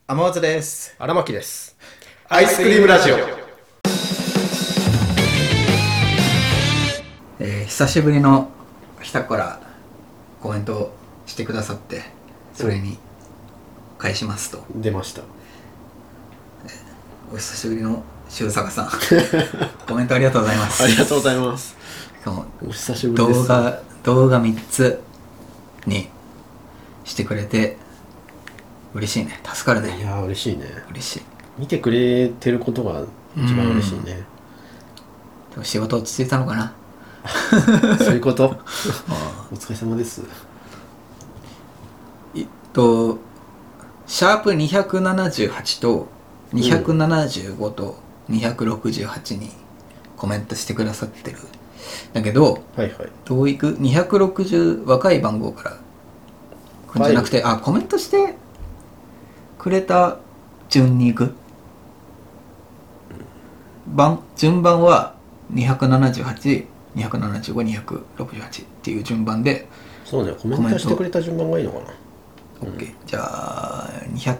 天松です。 荒牧です。 アイスクリームラジオ。 久しぶりの人からコメントをしてくださって、それに返しますと。 出ました。 お久しぶりの塩坂さんコメントありがとうございます。 ありがとうございます。お久しぶりです。 動画3つにしてくれて嬉しいね。助かるね。 いや嬉しいね。 嬉しい。 見てくれてることが一番嬉しいね。 でも仕事落ち着いたのかなそういうことお疲れ様です。 シャープ278と275と268にコメントしてくださってるだけど、 はいはい、 どういく260若い番号からくんじゃなくて、コメントしてくれた順にいく、順番は278、275、268っていう順番で。 そうね、コメントしてくれた順番がいいのかな。 OK、じゃあ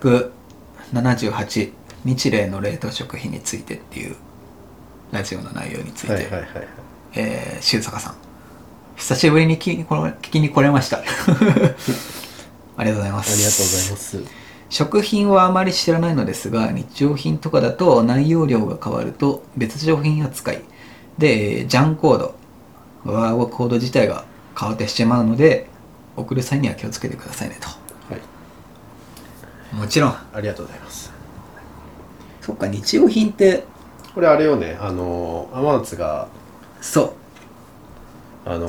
278日例の冷凍食品についてっていうラジオの内容について、修坂さん久しぶりに聞きに来れましたありがとうございます。 ありがとうございます。 食品はあまり知らないのですが、日用品とかだと内容量が変わると別商品扱いで、ジャンコードバーコード自体が変わってしまうので、送る際には気をつけてくださいねと。 はい、 もちろん。 ありがとうございます。 そっか、日用品ってこれあれよね、天松がそう、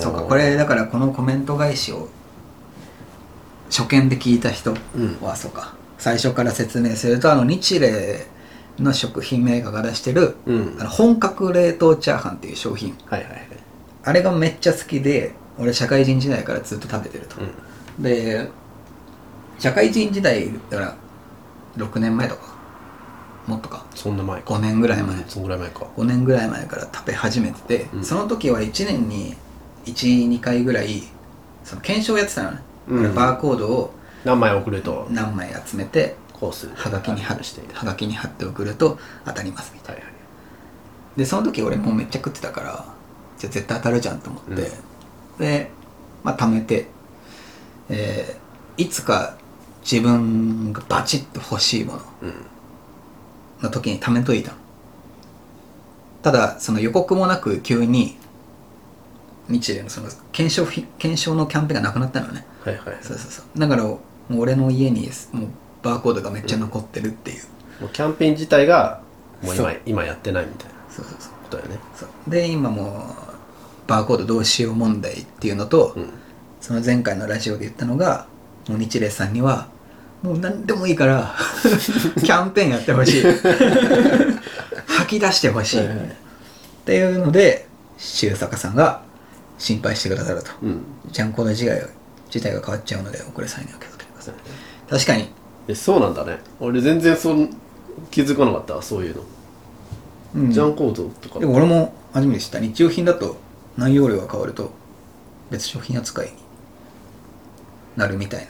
そうか、これだからこのコメント返しを初見で聞いた人は、そうか、最初から説明すると、日例の食品メーカーが出してる、本格冷凍チャーハンっていう商品、あれがめっちゃ好きで、俺社会人時代からずっと食べてると、で社会人時代だから6年前とかもっとか、 そんな前か、 5年ぐらい前、 そんぐらい前か、 5年ぐらい前から食べ始めてて、その時は1年に 1,2 回ぐらいその検証やってたのね。バーコードを何枚送ると何枚集めてコースはがきに貼って送ると当たりますみたいな、でその時俺もうめっちゃ食ってたから、じゃあ絶対当たるじゃんと思って、で貯めて、いつか自分がバチッと欲しいものの時に貯めといたの。ただその予告もなく急に日例のその検証のキャンペーンがなくなったのね。だからもう俺の家にもうバーコードがめっちゃ残ってるっていう、 もうキャンペーン自体がもう今やってないみたいなことだよね。 で今もうバーコードどうしよう問題っていうのと、その前回のラジオで言ったのが、もう日例さんにはもう何でもいいからキャンペーンやってほしい吐き出してほしいっていうので、修坂さんが心配してくださると、ジャンコード自体が変わっちゃうので送る際には気をつけてください。確かにそうなんだね。俺全然気づかなかったそういうの、ジャンコードとか。 でも俺も初めて知った。日用品だと内容量が変わると別商品扱いになるみたいね。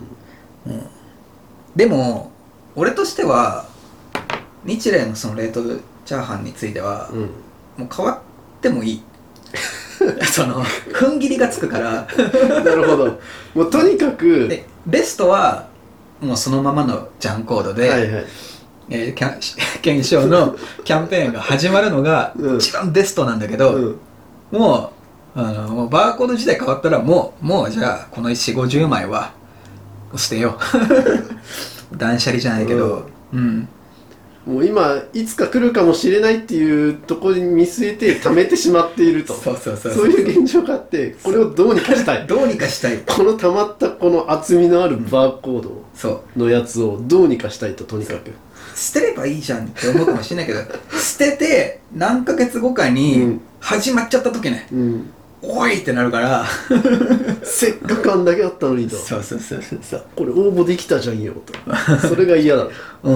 でも俺としては日例のその冷凍チャーハンについては、もう変わってもいいその踏ん切りがつくからなるほど。もうとにかくでベストはもうそのままのジャンコードで、検証のキャンペーンが始まるのが一番ベストなんだけど、もうバーコード自体変わったらもうじゃあこの 4,50 枚は捨てよう断捨離じゃないけど、 もう今いつか来るかもしれないっていうところに見据えて貯めてしまっているとそういう現状があって、これをどうにかしたいこの溜まったこの厚みのあるバーコードのやつをどうにかしたいと。とにかく捨てればいいじゃんって思うかもしれないけど捨てて何ヶ月後かに始まっちゃった時ね、おいってなるからせっかくあんだけあったのにと。これ応募できたじゃんよとそれが嫌だ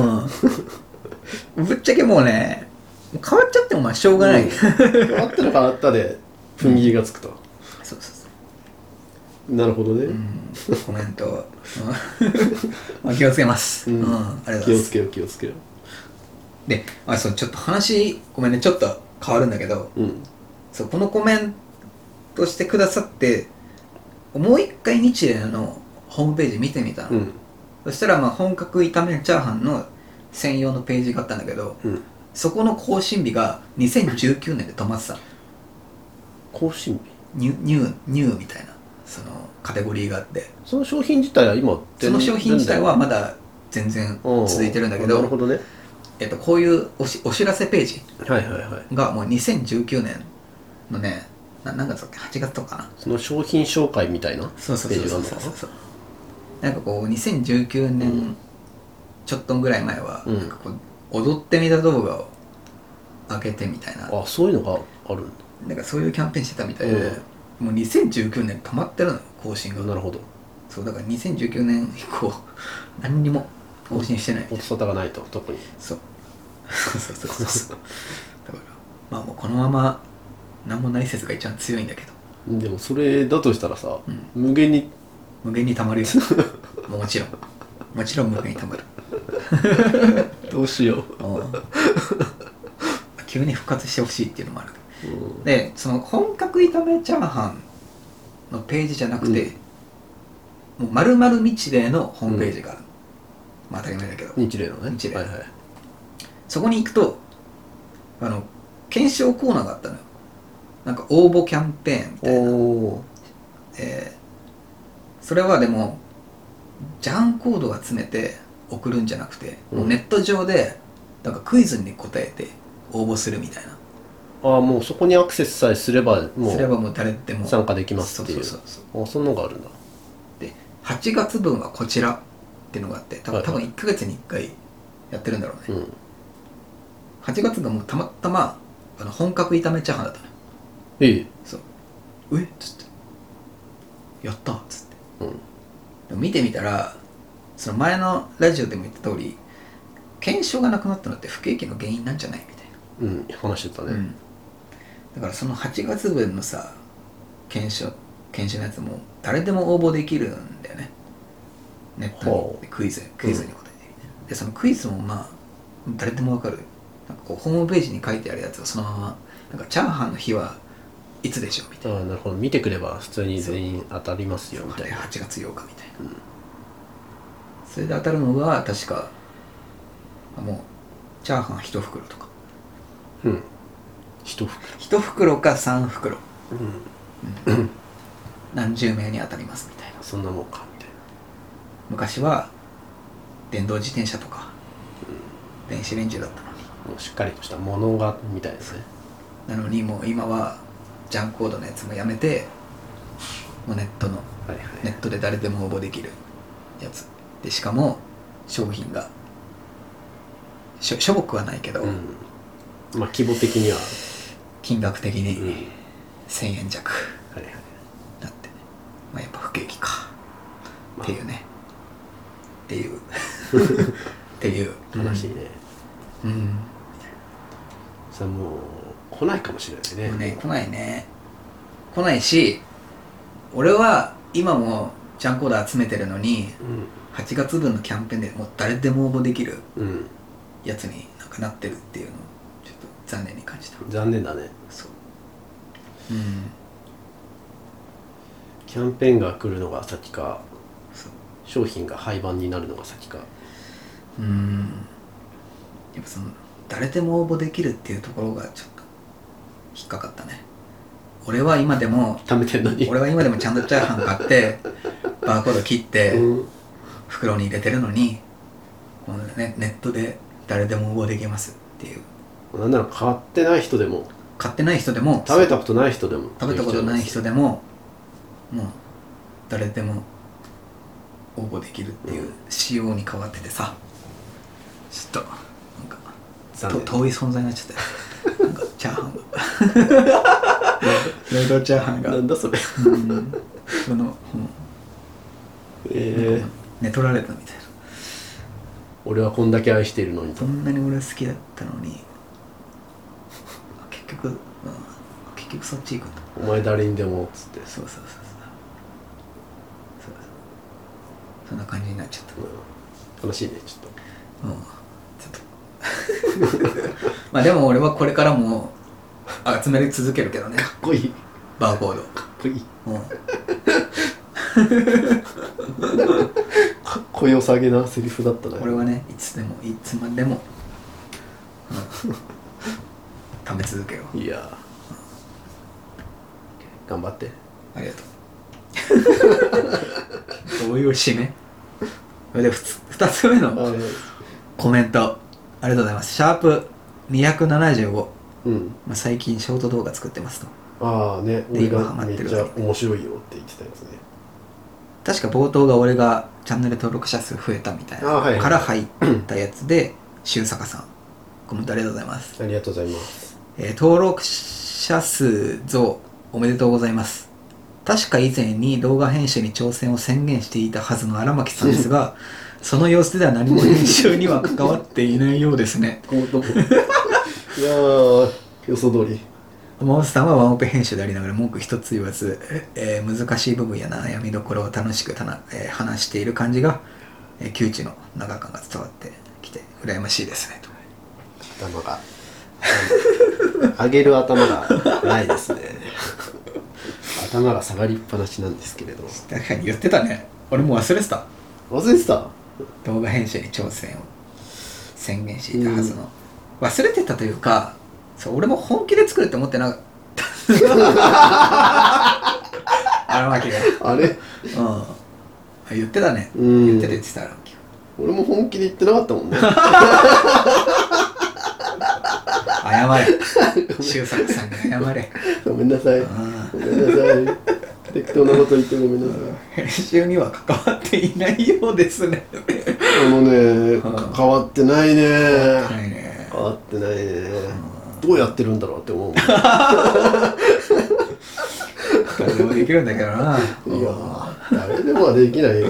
ぶっちゃけもうね、変わっちゃってもしょうがない、 変わったら変わったで踏ん切りがつくと。なるほどね、 コメントまあ気をつけます。 うん、 ありがとうございます。 気をつけよう。 で、そうちょっと話ごめんね、ちょっと変わるんだけど、そうこのコメントしてくださってもう一回日例のホームページ見てみたの、そしたら本格炒めチャーハンの専用のページがあったんだけど、そこの更新日が2019年で止まってたの。 更新日ニューみたいなそのカテゴリーがあって、 その商品自体は今その商品自体はまだ全然続いてるんだけど、 なるほどね。 こういうお知らせページはいがもう2019年のね、何月だっけ、8月とかな、 その商品紹介みたいなページがあるのかな。 なんかこう2019年ちょっとぐらい前はなんかこう踊ってみた動画を上げてみたいな、 そういうのがあるんだ。 なんかそういうキャンペーンしてたみたいで、もう2019年止まってるのよ、更新が。 なるほど。 そうだから2019年以降何にも更新してない。 音沙汰がないと。特にそうだからもうこのまま何もない説が一番強いんだけど、 でもそれだとしたらさ、無限にたまるよもちろん無限にたまるどうしよう急に復活してほしいっていうのもある。でその本格炒めチャーハンのページじゃなくて、もう丸々日例のホームページがある、当たり前だけど日例のね。 日例、そこに行くと検証コーナーがあったのよ。なんか応募キャンペーンみたいな。それはでもジャンコードを集めて送るんじゃなくて、もうネット上でなんかクイズに答えて応募するみたいな。 もうそこにアクセスさえすればもう誰でも参加できますっていう。そんなのがあるんだ。 で8月分はこちらっていうのがあって、多分1ヶ月に1回やってるんだろうね。8月がもうたまたま本格炒めチャーハンだったのよ。そうっつってやったっつって、見てみたらその前のラジオでも言った通り、検証がなくなったのって不景気の原因なんじゃないみたいな。 話してたね。 だからその8月分のさ検証のやつも誰でも応募できるんだよね。ネットにクイズに答えて、でそのクイズも誰でもわかる。なんかこうホームページに書いてあるやつをそのままなんかチャーハンの日はいつでしょうみたいな。 なるほど。見てくれば普通に全員当たりますよみたいな。 8月8日みたいな。それで当たるのが確かもうチャーハン1袋とか。1袋か3袋。何十名に当たりますみたいな。 そんなもんかみたいな。 昔は電動自転車とか、電子レンジだったのに。 もうしっかりとしたものがみたいですね。 なのにもう今はジャンコードのやつもやめて、もうネットで誰でも応募できるやつで、しかも商品がしょぼくはないけど、 規模的には金額的に1000円弱だって、やっぱ不景気かっていうね、っていう話ね。さあもう来ないかもしれないね。 来ないし、俺は今もジャンコーダー集めてるのに、8月分のキャンペーンでもう誰でも応募できるやつになってるっていうのをちょっと残念に感じた。 残念だね。 そう。 キャンペーンが来るのが先か、商品が廃盤になるのが先か。 やっぱその誰でも応募できるっていうところがちょっと引っかかったね。俺は今でも貯めてんのに。 俺は今でもちゃんとチャーハン買ってバーコード切って袋に入れてるのに、このネットで誰でも応募できますっていう。 なんなら買ってない人でも食べたことない人でももう誰でも応募できるっていう仕様に変わっててさ、ちょっとなんか遠い存在になっちゃったよなんかチャーハンが冷凍チャーハンがなんだそれその寝取られたみたいな。 俺はこんだけ愛しているのにと。 そんなに俺好きだったのに結局そっち行くんだ。 お前誰にでもっつって。 そうそんな感じになっちゃった、 楽しいねちょっとまあでも俺はこれからも集め続けるけどね。 かっこいいバーコードかっこいいかっこよさげなセリフだったね。 俺はねいつまでも、貯め続けよう。 いや頑張って。 ありがとうどういう締め。それで2つ目のコメントありがとうございます。シャープ275、まあ、最近ショート動画作ってますと。 ああね、 で今ハマってるめっちゃ面白いよって言ってたやつね。 確か冒頭が俺がチャンネル登録者数増えたみたいな、から入ったやつで周坂さんコメントありがとうございます。 ありがとうございます。 登録者数増おめでとうございます。確か以前に動画編集に挑戦を宣言していたはずの荒牧さんですがその様子では何も編集には関わっていないようですね。 いやー予想通り。 モンスターはワンオペ編集でありながら文句一つ言わず、難しい部分や悩みどころを楽しく話している感じが、窮地の長感が伝わってきて羨ましいですねと。 頭が上げる頭がないですね。頭が下がりっぱなしなんですけれど。 確かに言ってたね。俺もう忘れてた。 忘れてた。 動画編集に挑戦を宣言していたはずの、忘れてたというか、そう俺も本気で作るって思ってなかった荒牧があれ言ってたね。言ってた荒牧。 俺も本気で言ってなかったもんね。 謝れ周作さんに謝れ。 ごめんなさいごめんなさい。適当なこと言ってごめんなさい。 編集には関わっていないようですね。 関わってないね。 関わってないね。 変わってないね。どうやってるんだろうって思う。 誰でもできるんだけどな。 いや誰でもはできないよ。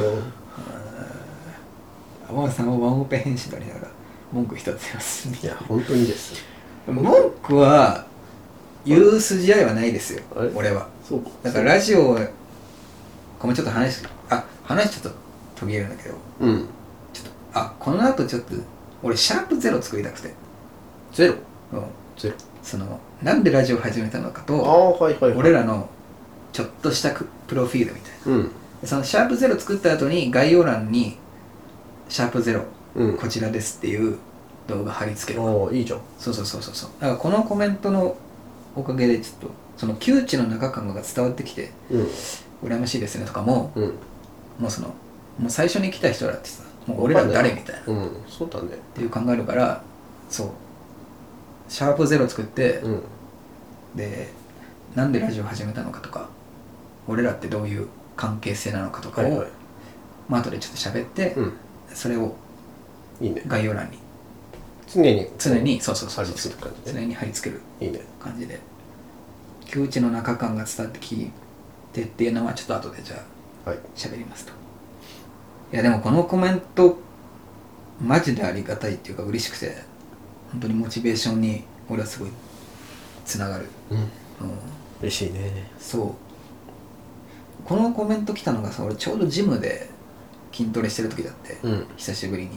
天野さんはワンオペ編集だりながら文句一つ言いますね。 いや本当にです。 文句は言う筋合いはないですよ俺は。 そうか。 だからラジオごめんちょっと話ちょっと途切れるんだけど、ちょっとこの後ちょっと俺シャープゼロ作りたくて。 ゼロ。 そのなんでラジオを始めたのかと、俺らのちょっとしたプロフィールみたいな、そのシャープゼロ作った後に概要欄にシャープゼロ、こちらですっていう動画貼り付ける。 いいじゃん。 そうだからこのコメントのおかげでちょっとその窮地の中感が伝わってきて、羨ましいですねとかも、もう最初に来た人らってさ、もう俺ら誰みたいな、 そうだねっていう考えるから、そうシャープゼロ作って、でなんでラジオ始めたのかとか、俺らってどういう関係性なのかとかを、まあ後でちょっと喋って、それを概要欄に常にそう常に貼り付ける感じで、窮地の中感が伝わってきてっていうのはちょっと後でじゃあ喋りますと。いやでもこのコメントマジでありがたいっていうか嬉しくて、本当にモチベーションに俺はすごいつながる。 嬉しいね。 そうこのコメント来たのがさ、俺ちょうどジムで筋トレしてる時だって、久しぶりに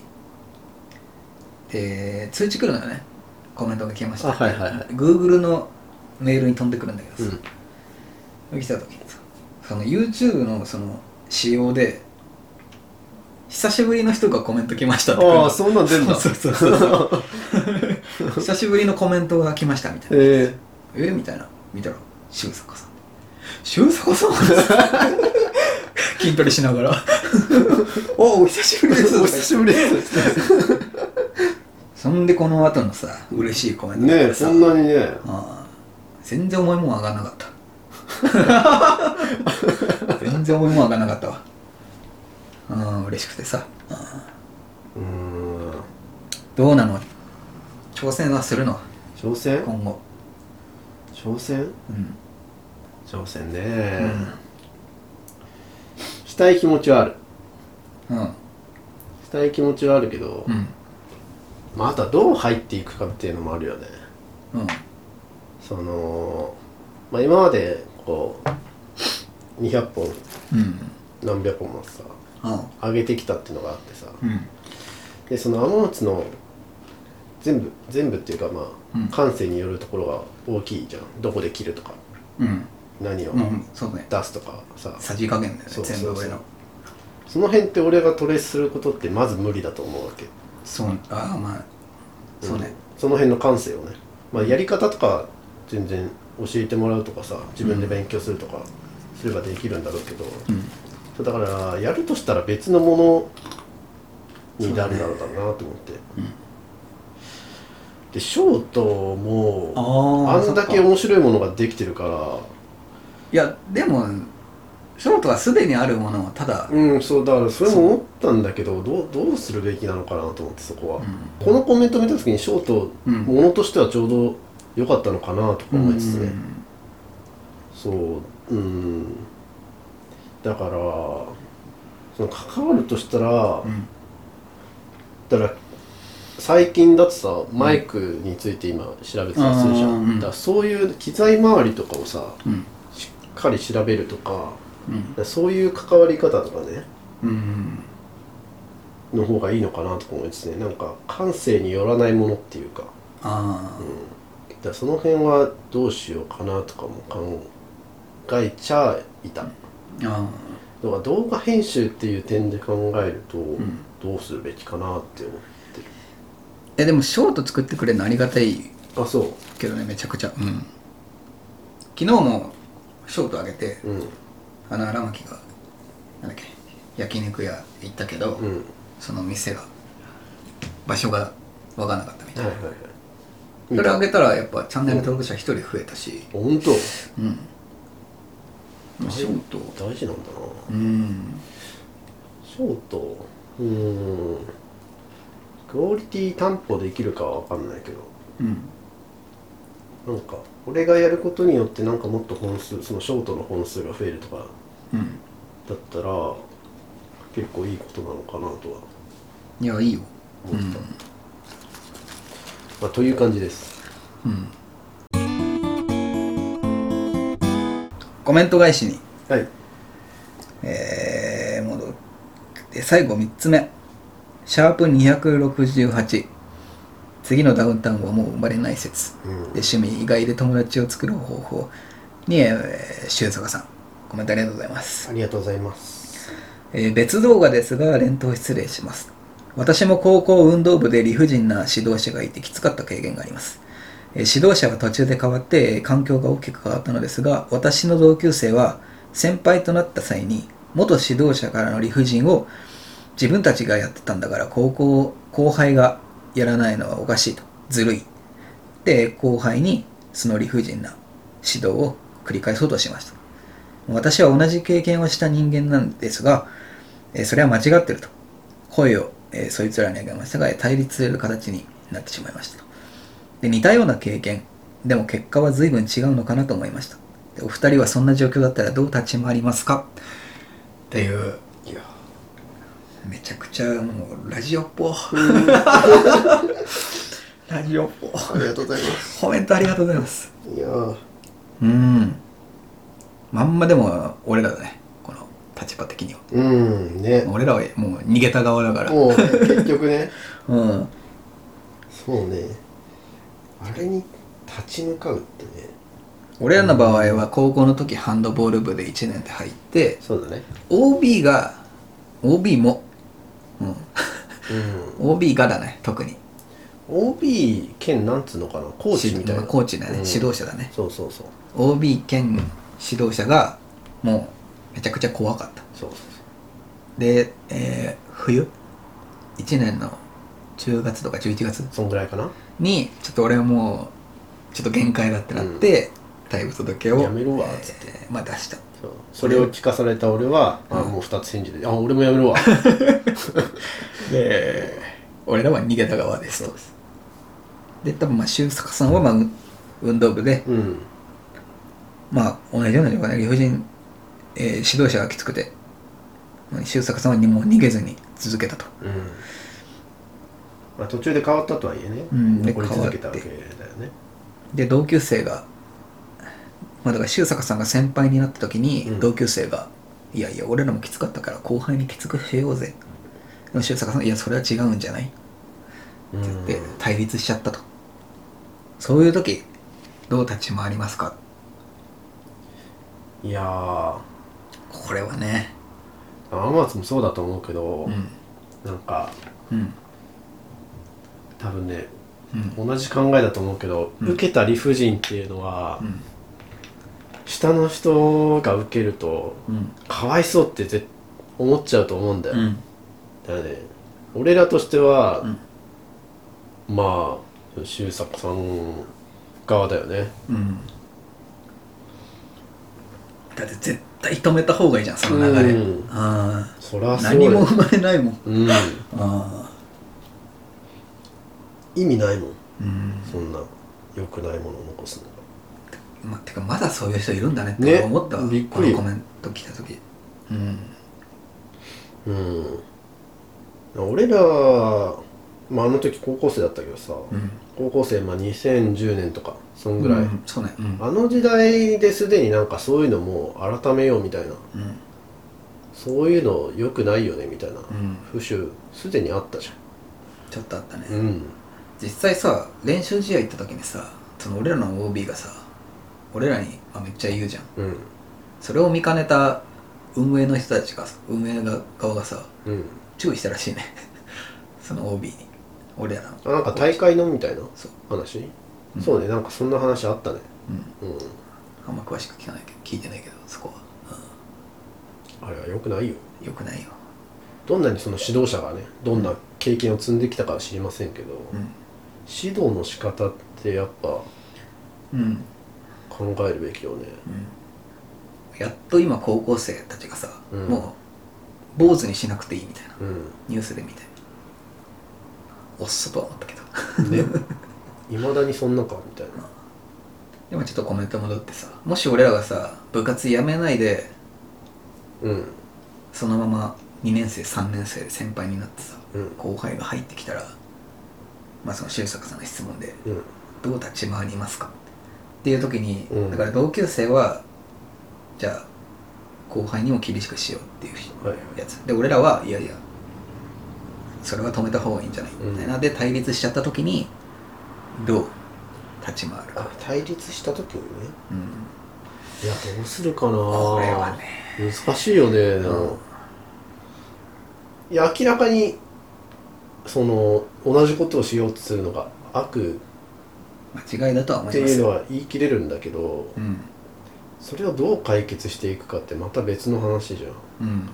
で通知来るのよね、コメントが来ましたって。Google のメールに飛んでくるんだけどさ、来た時にさ、その YouTube のその仕様で久しぶりの人がコメント来ましたって。 そんなん出るんだ。 そう久しぶりのコメントが来ましたみたいな。みたいな見たら周坂さん筋トレしながらお久しぶりですお久しぶりですそんでこの後のさ嬉しいコメントね、そんなにね、 全然重いもん上がんなかった全然重いもん上がんなかったわ。嬉しくてさ。どうなの、挑戦はするの？ 挑戦？ 今後挑戦？挑戦ね、したい気持ちはある。したい気持ちはあるけど、あとはどう入っていくかっていうのもあるよね。今までこう200本、何百本もさ上げてきたっていうのがあってさ、 うん、 でその天松の全部っていうか感性によるところが大きいじゃん。どこで切るとか、 うん、 何をそうね、 出すとかさ、 さじ加減だよね。全部俺のその辺って俺がトレースすることってまず無理だと思うわけ。 そうそうね、 その辺の感性をね、やり方とか全然教えてもらうとかさ、自分で勉強するとかすればできるんだろうけど、だからやるとしたら別のものになるだろうなと思って、でショートもあんだけ面白いものができてるから。 いやでもショートはすでにあるものをただそうだからそれも思ったんだけど、どうするべきなのかなと思って、そこは、このコメント見た時にショート、ものとしてはちょうど良かったのかなとか思いつつね、だからその関わるとしたら、だから最近だとさ、マイクについて今調べてたりするじゃん、だからそういう機材周りとかをさ、しっかり調べるとか、そういう関わり方とかね、の方がいいのかなとか思いつつね、なんか感性によらないものっていうか、だからその辺はどうしようかなとかも考えちゃいた。だから動画編集っていう点で考えると、どうするべきかなって思ってる。 でもショート作ってくれるのありがたいそうけどね、めちゃくちゃ、昨日もショートあげて、荒牧がなんだっけ焼肉屋行ったけど、その店が場所が分からなかったみたいな、それあげたらやっぱチャンネル登録者1人増えたし、 本当、 ショート大事なんだな。ショートクオリティ担保できるかは分かんないけど、なんか俺がやることによってなんかもっと本数、そのショートの本数が増えるとかだったら、結構いいことなのかなとは。 いやいいよ思った、という感じです。 コメント返しにはい戻って最後3つ目、シャープ268、次のダウンタウンはもう生まれない説、で趣味以外で友達を作る方法に、周坂さんコメントありがとうございます。 ありがとうございます。 別動画ですが連投失礼します。私も高校運動部で理不尽な指導者がいてきつかった経験があります。指導者が途中で変わって環境が大きく変わったのですが、私の同級生は先輩となった際に元指導者からの理不尽を自分たちがやってたんだから後輩がやらないのはおかしいと、ずるいで後輩にその理不尽な指導を繰り返そうとしました。私は同じ経験をした人間なんですが、それは間違ってると声を、そいつらにあげましたが、対立する形になってしまいましたと。で似たような経験でも結果は随分違うのかなと思いました。でお二人はそんな状況だったらどう立ち回りますかっていう。いやめちゃくちゃもうラジオっぽラジオっぽ。 ありがとうございます。 コメントありがとうございます。 いやまんまでも俺らだね、この立場的には。 ね、 俺らはもう逃げた側だから。 もう結局ねそうね、あれに立ち向かうってね。 俺らの場合は高校の時ハンドボール部で1年で入って、 そうだね、 OB もOB がだね、特に OB 兼なんつうのかな、コーチみたいな、 コーチだね、指導者だね。 そう OB 兼指導者がもうめちゃくちゃ怖かった。で、冬1年の10月とか11月そんぐらいかなにちょっと俺はもうちょっと限界だってなって、退部届をやめろわっつって、 出した。 それを聞かされた俺は、もう2つ返事で、俺もやめろわで俺らは逃げた側ですと。で多分周坂さんは運動部で、同じような状況で理不尽、指導者がきつくて周坂さんはもう逃げずに続けたと。 途中で変わったとはいえね、残り続けたわけだよね。 で同級生がだから周坂さんが先輩になった時に、同級生が、 いやいや俺らもきつかったから後輩にきつくしようぜ。でも周坂さんいやそれは違うんじゃないって言って対立しちゃったと。そういう時どう立ち回りますか。 いやーこれはね天松もそうだと思うけど、なんか、多分ね、同じ考えだと思うけど、受けた理不尽っていうのは、下の人が受けると、かわいそうって思っちゃうと思うんだよ、だからね俺らとしては、まあ周作さん側だよね。 だって絶対止めた方がいいじゃんその流れ。 そりゃそう何も生まれないもん。 意味ないもん、そんな良くないものを残すの。 てかまだそういう人いるんだねって思ったわ、 びっくり。 このコメント来た時。 俺らまああの時高校生だったけどさ、高校生2010年とかそんぐらい、 そうね、 あの時代ですでになんかそういうのも改めようみたいな、そういうの良くないよねみたいな風習すでにあったじゃん。 ちょっとあったね。実際さ練習試合行った時にさその俺らの OB がさ俺らに、めっちゃ言うじゃん、それを見かねた運営の人たちが運営側がさ、注意したらしいねその OB に俺らのなんか大会のみたいな話。そうね、なんかそんな話あったね。 あんま詳しく聞いてないけどそこは、 あれは良くないよ。 良くないよ。 どんなにその指導者がねどんな経験を積んできたかは知りませんけど、指導の仕方ってやっぱ考えるべきよね。 やっと今高校生たちがさ、もう坊主にしなくていいみたいな、ニュースで見ておっそとは思ったけどねいまだにそんなかみたいな。 でもちょっとコメント戻ってさ、もし俺らがさ部活辞めないで、そのまま2年生3年生で先輩になってさ、後輩が入ってきたら、その周作さんの質問で、どう立ち回りますかっていう時に、だから同級生はじゃあ後輩にも厳しくしようっていうやつ、で俺らはいやいやそれは止めた方がいいんじゃないみたいな、で対立しちゃった時にどう立ち回るか。 対立した時にね、いやどうするかな。 これはね難しいよね。いや明らかにその同じことをしようとするのが悪間違いだとは思いますっていうのは言い切れるんだけど、それをどう解決していくかってまた別の話じゃん。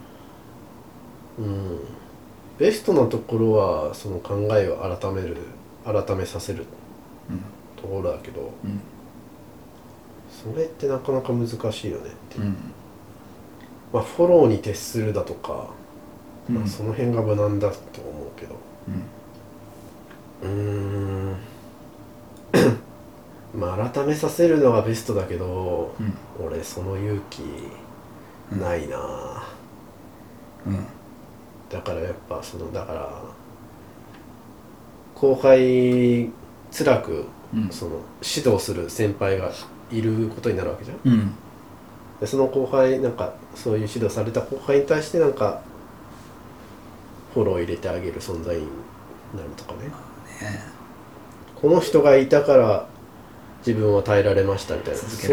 ベストなところはその考えを改めさせるところだけど、それってなかなか難しいよねって、フォローに徹するだとか、その辺が無難だと思うけど、改めさせるのがベストだけど、俺その勇気ないな。だからやっぱだから後輩辛くその指導する先輩がいることになるわけじゃん。でその後輩なんかそういう指導された後輩に対してなんかフォロー入れてあげる存在になるとかね。この人がいたから自分は耐えられましたみたいな、そう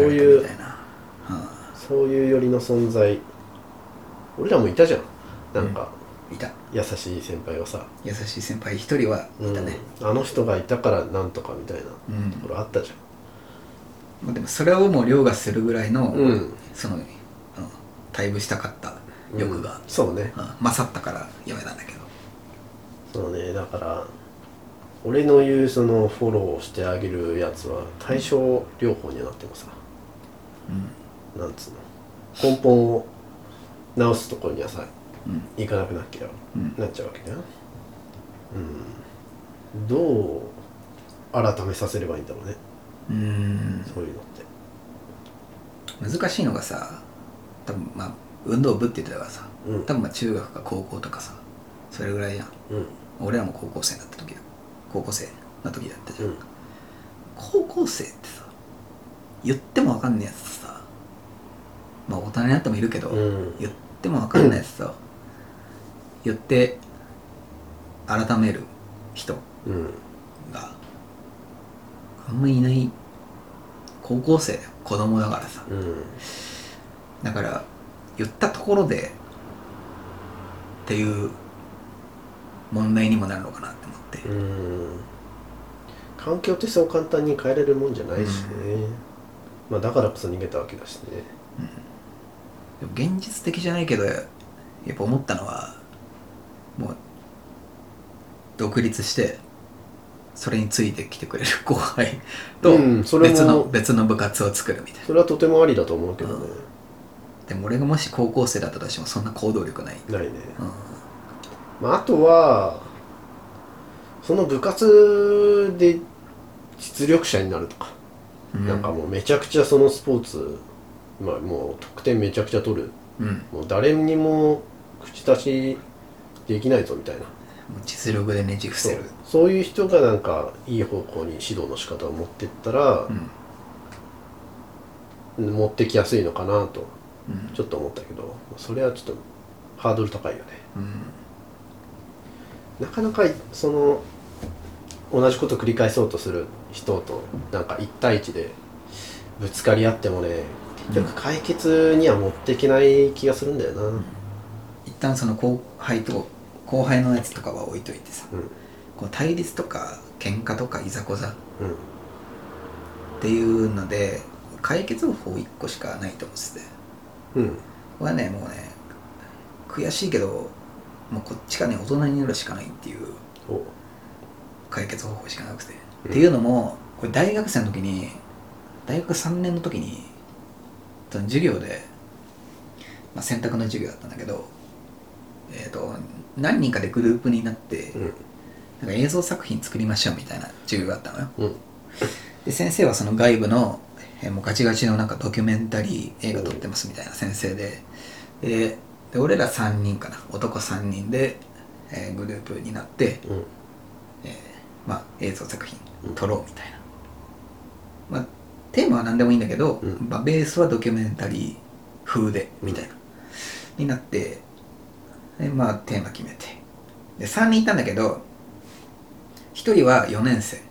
いうよりの存在。俺らもいたじゃん、なんか、 いた優しい先輩はさ、 優しい先輩一人はいたね、 あの人がいたからなんとかみたいなところあったじゃん。 でもそれをもう凌駕するぐらいの、その退部したかった欲が、 そうね、 勝ったからやめたんだけど。 そうね、だから俺の言うそのフォローをしてあげるやつは対症療法にはなってもさ、なんつうの、根本を治すところにはさ、行かなくなっちゃうわけだよ。どう改めさせればいいんだろうね。そういうのって難しいのがさ、多分運動部って言ってたからさ、多分中学か高校とかさそれぐらいじゃん。俺らも高校生だった時だったじゃん。高校生ってさ言っても分かんねえやつさ、大人になってもいるけど、言っっても分かんないやつさ言って改める人があんまいない。高校生だよ、子供だからさ、だから言ったところでっていう問題にもなるのかなって思って。 環境ってそう簡単に変えれるもんじゃないしね、まあだからこそ逃げたわけだしね、 でも現実的じゃないけどやっぱ思ったのはもう独立してそれについてきてくれる後輩と別の部活を作るみたいな。 それはとてもありだと思うけどね、 でも俺がもし高校生だったとしてもそんな行動力ないね、 まあ、あとはその部活で実力者になるとか、なんかもうめちゃくちゃそのスポーツ、まあもう得点めちゃくちゃ取る、もう誰にも口出しできないぞみたいな、もう実力でねじ伏せる、 そういう人がなんかいい方向に指導の仕方を持っていったら、持ってきやすいのかなとちょっと思ったけど、それはちょっとハードル高いよね、なかなかその同じことを繰り返そうとする人となんか1対1でぶつかり合ってもね、結局解決には持っていけない気がするんだよな、 一旦その後輩のやつとかは置いといてさ、こう対立とか喧嘩とかいざこざっていうので解決方法1個しかないと思ってて、これはねもうね悔しいけどもうこっちがね大人になるしかないっていう解決方法しかなくて、っていうのもこれ大学生の時に大学3年の時にその授業で、選択の授業だったんだけど、何人かでグループになって、なんか映像作品作りましょうみたいな授業があったのよ、で先生はその外部の、もうガチガチのなんかドキュメンタリー映画撮ってますみたいな先生で、俺ら3人かな、男3人で、グループになって、映像作品撮ろうみたいな、テーマは何でもいいんだけど、ベースはドキュメンタリー風でみたいな、になって、でテーマ決めて、で3人いたんだけど1人は4年生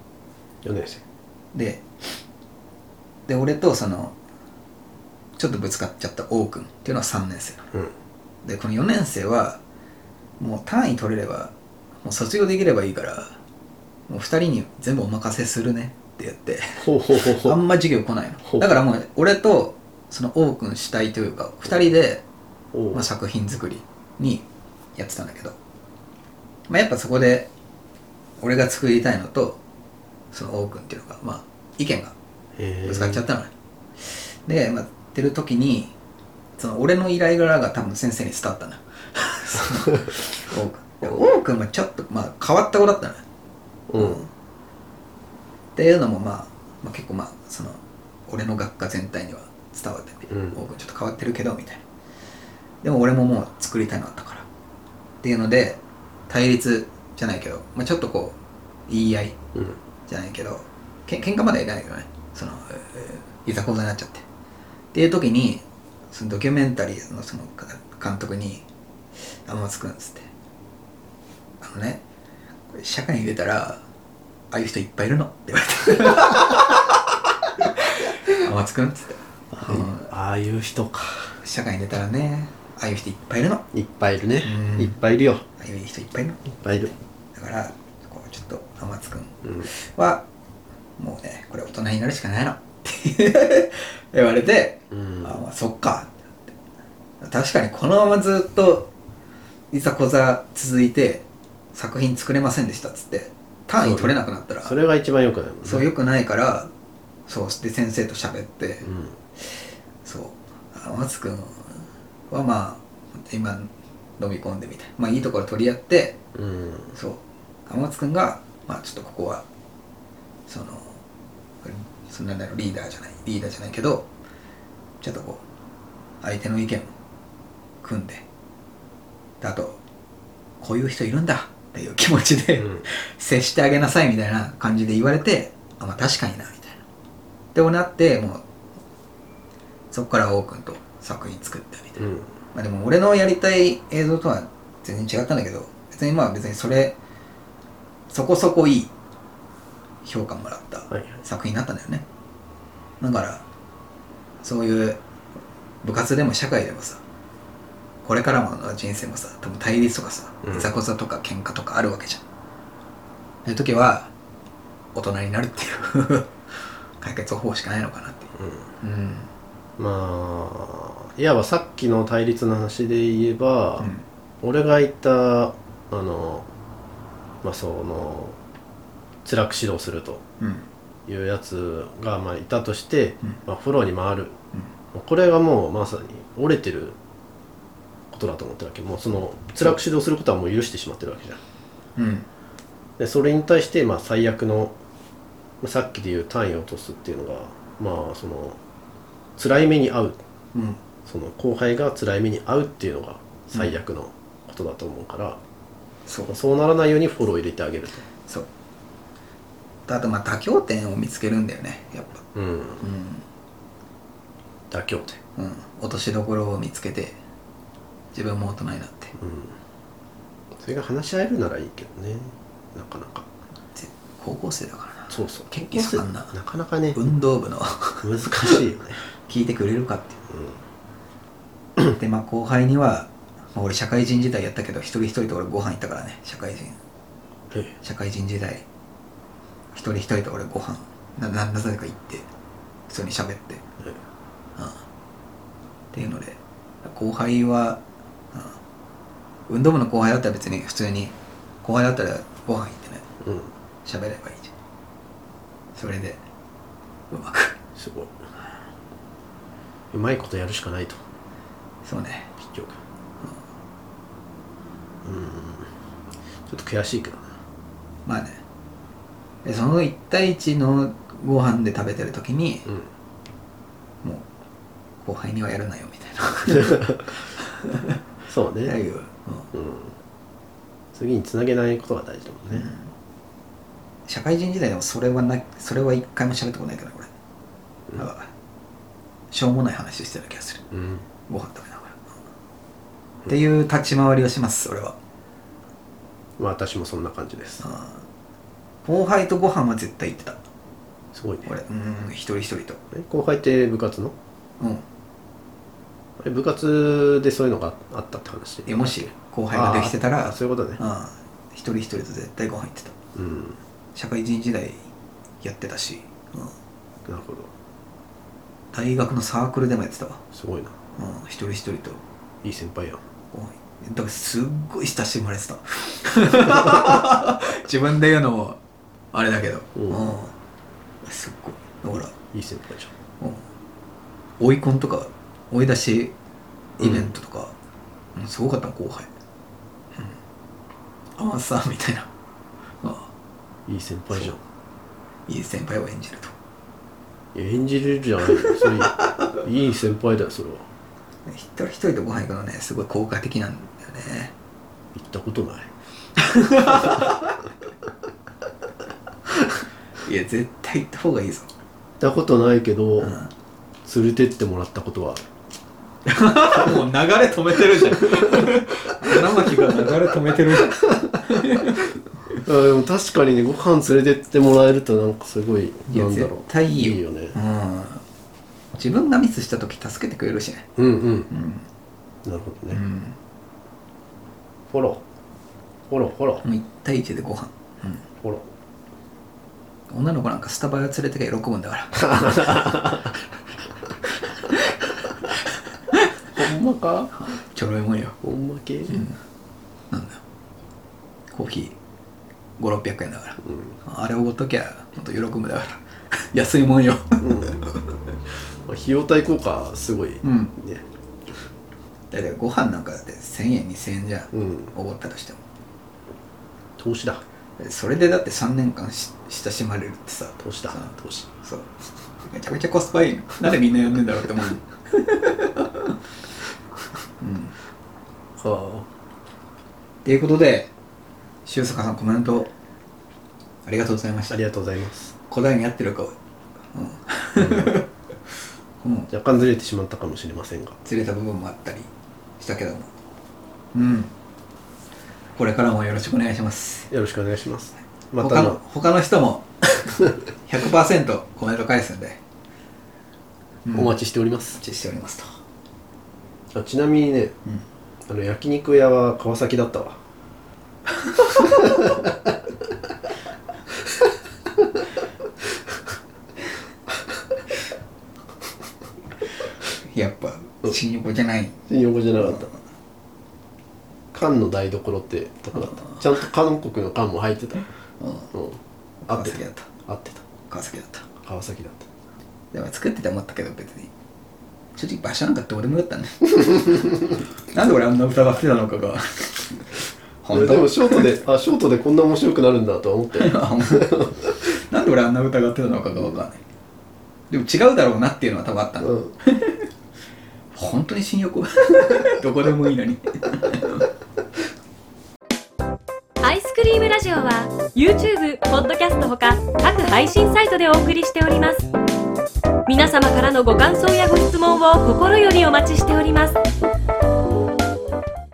で俺とそのちょっとぶつかっちゃった王くんっていうのは3年生なの、でこの4年生はもう単位取れればもう卒業できればいいからもう2人に全部お任せするねって言ってあんま授業来ないのだからもう俺とその王くん主体というか2人で、作品作りにやってたんだけど、やっぱそこで俺が作りたいのとその王くんっていうのが意見がぶつかっちゃったのね。でやってる時にその俺の依頼柄が多分先生に伝わったのよ王くんはちょっと変わった子だったのよ、っていうのも結構その俺の学科全体には伝わってて、王くんちょっと変わってるけどみたいな、でも俺ももう作りたいのあったからっていうので対立じゃないけど、ちょっとこう言い合いじゃないけど、喧嘩まではいかないけどね、その、いざこざになっちゃってっていう時にそのドキュメンタリーのその監督に「天松くん」っつって「これ社会に出たらああいう人いっぱいいるの」って言われて「天松くん」っつって、 ああいう人か、 社会に出たらねああいう人いっぱいいるの、 いっぱいいるね、いっぱいいるよ、 ああいう人いっぱいいるの、 いっぱいいる、 だからこうちょっと天松くんは、もうねこれ大人になるしかないのって言われて、そっかって確かにこのままずっといざこざ続いて作品作れませんでしたっつって単位取れなくなったらそれが一番良くないもんね。 そう良くないから、そうで先生と喋って、そう天松くんは今飲み込んでみたいな、いいところ取り合って、そう天松くんがちょっとここはそんなリーダーじゃないけどちょっとこう相手の意見を組んで、あとこういう人いるんだっていう気持ちで、接してあげなさいみたいな感じで言われて、確かになみたいなで俺なって、もうそこから王くんと作品作ってみたいな、 まあでも俺のやりたい映像とは全然違ったんだけど、別にまあ別にそこそこいい評価もらった作品になったんだよね。だからそういう部活でも社会でもさ、これからの人生もさ、多分対立とかさ、いざこざとか喧嘩とかあるわけじゃん。そういう時は大人になるっていう解決方法しかないのかなっていう、 まあいわばさっきの対立の話で言えば、俺が言ったまあその辛く指導するというやつがまあいたとして、まあ、フォローに回る、これがもうまさに折れてることだと思ってるわけ。もうその辛く指導することはもう許してしまってるわけじゃん。でそれに対してまあ最悪のさっきで言う単位を落とすっていうのがまあその辛い目に遭う、その後輩が辛い目に遭うっていうのが最悪のことだと思うから、そうならないようにフォローを入れてあげると。 そう。あとまあ妥協点を見つけるんだよね、やっぱ。 妥協点。 落としどころを見つけて自分も大人になって。 それが話し合えるならいいけどね。なかなか。 高校生だからな。 そうそう。 結構盛んな。 なかなかね。 運動部の難しいよね。 聞いてくれるかっていう。でまあ後輩には、まあ、俺社会人時代やったけど一人一人と俺ご飯行ったからね。社会人時代一人一人と俺ご飯なぜか行って普通に喋って、っていうので後輩は、運動部の後輩だったら別に普通に後輩だったらご飯行ってね喋ればいいじゃん。それでうまくすごい。うまいことやるしかないと。 そうね。 結局ちょっと悔しいけどな。 まあね。でその1対1のご飯で食べてる時に、もう後輩にはやるなよみたいなそうね。次につなげないことが大事だもんね。 社会人時代でもそれは一回も喋ったことないから俺、だからしょうもない話してた気がする、ご飯食べながら、っていう立ち回りをします俺は。 まあ私もそんな感じです。 後輩とご飯は絶対行ってた。 すごいね。 俺一人一人と。 後輩って部活の？部活でそういうのがあったって話？ もし後輩ができてたらそういうことね。 一人一人と絶対ご飯行ってた。社会人時代やってたし、 なるほど。 大学のサークルでもやってたわ。 すごいな。 一人一人と。 いい先輩やん。 だからすっごい親しまれてた自分で言うのもあれだけど、すっごい。だからいい先輩じゃん。追い込んとか追い出しイベントとか、すごかった後輩。あまさみたいな。 いい先輩じゃん。 いい先輩を演じると。 演じれるじゃないよ。それいい先輩だよそれは。 一人一人とご飯行くのね、すごい効果的なんだよね。 行ったことないいや絶対行った方がいいぞ。 行ったことないけど、連れてってもらったことはあるもう流れ止めてるじゃん花巻が流れ止めてるじゃんでも確かにね、ご飯連れてってもらえるとなんかすごい、なんだろう、 絶対いいよ。 いいよね。 自分がミスした時助けてくれるしね。 なるほどね。フォロー。もう 1対1でご飯。 フォロー。女の子なんかスタバ連れてけ喜ぶんだからほんまか？ ちょろいもんよ。 ほんま系？ なんだよ。コーヒー5、600円だから、あれおごっときゃほんと喜ぶだから安いもんよ費用対効果すごいね。 だってご飯なんかだって1000円2000円じゃん、おごったとしても投資だ。 それでだって3年間親しまれるってさ、 投資だ。投資。 そうめちゃめちゃコスパいいの。なんでみんな呼んでんだろうって思うっていうことで、修坂さんコメントありがとうございました。 ありがとうございます。 答えに合ってるか若干ずれてしまったかもしれませんが、 ずれた部分もあったり、 したけども、うん、これからもよろしくお願いします。 よろしくお願いします。また他の人も100% コメント返すんで、 お待ちしております。 お待ちしておりますと。ちなみにね、焼肉屋は川崎だったわ。 やっぱ新横じゃない。 新横じゃなかった。漢の台所ってとこだった。ちゃんと韓国の漢も入ってた。 川崎だった。 合ってた。 川崎だった。 川崎だった。 でも作ってて思ったけど、別に正直場所なんかどうでもよかったね。なんで俺あんな疑ってたのかが。 本当でもショートでこんな面白くなるんだとは思って。 なんで俺あんな疑ってたのかが分かんない。でも違うだろうなっていうのは多分あったの。本当に新横どこでもいいのに。 アイスクリームラジオは YouTube、ポッドキャストほか各配信サイトでお送りしております。皆様からのご感想やご質問を心よりお待ちしております。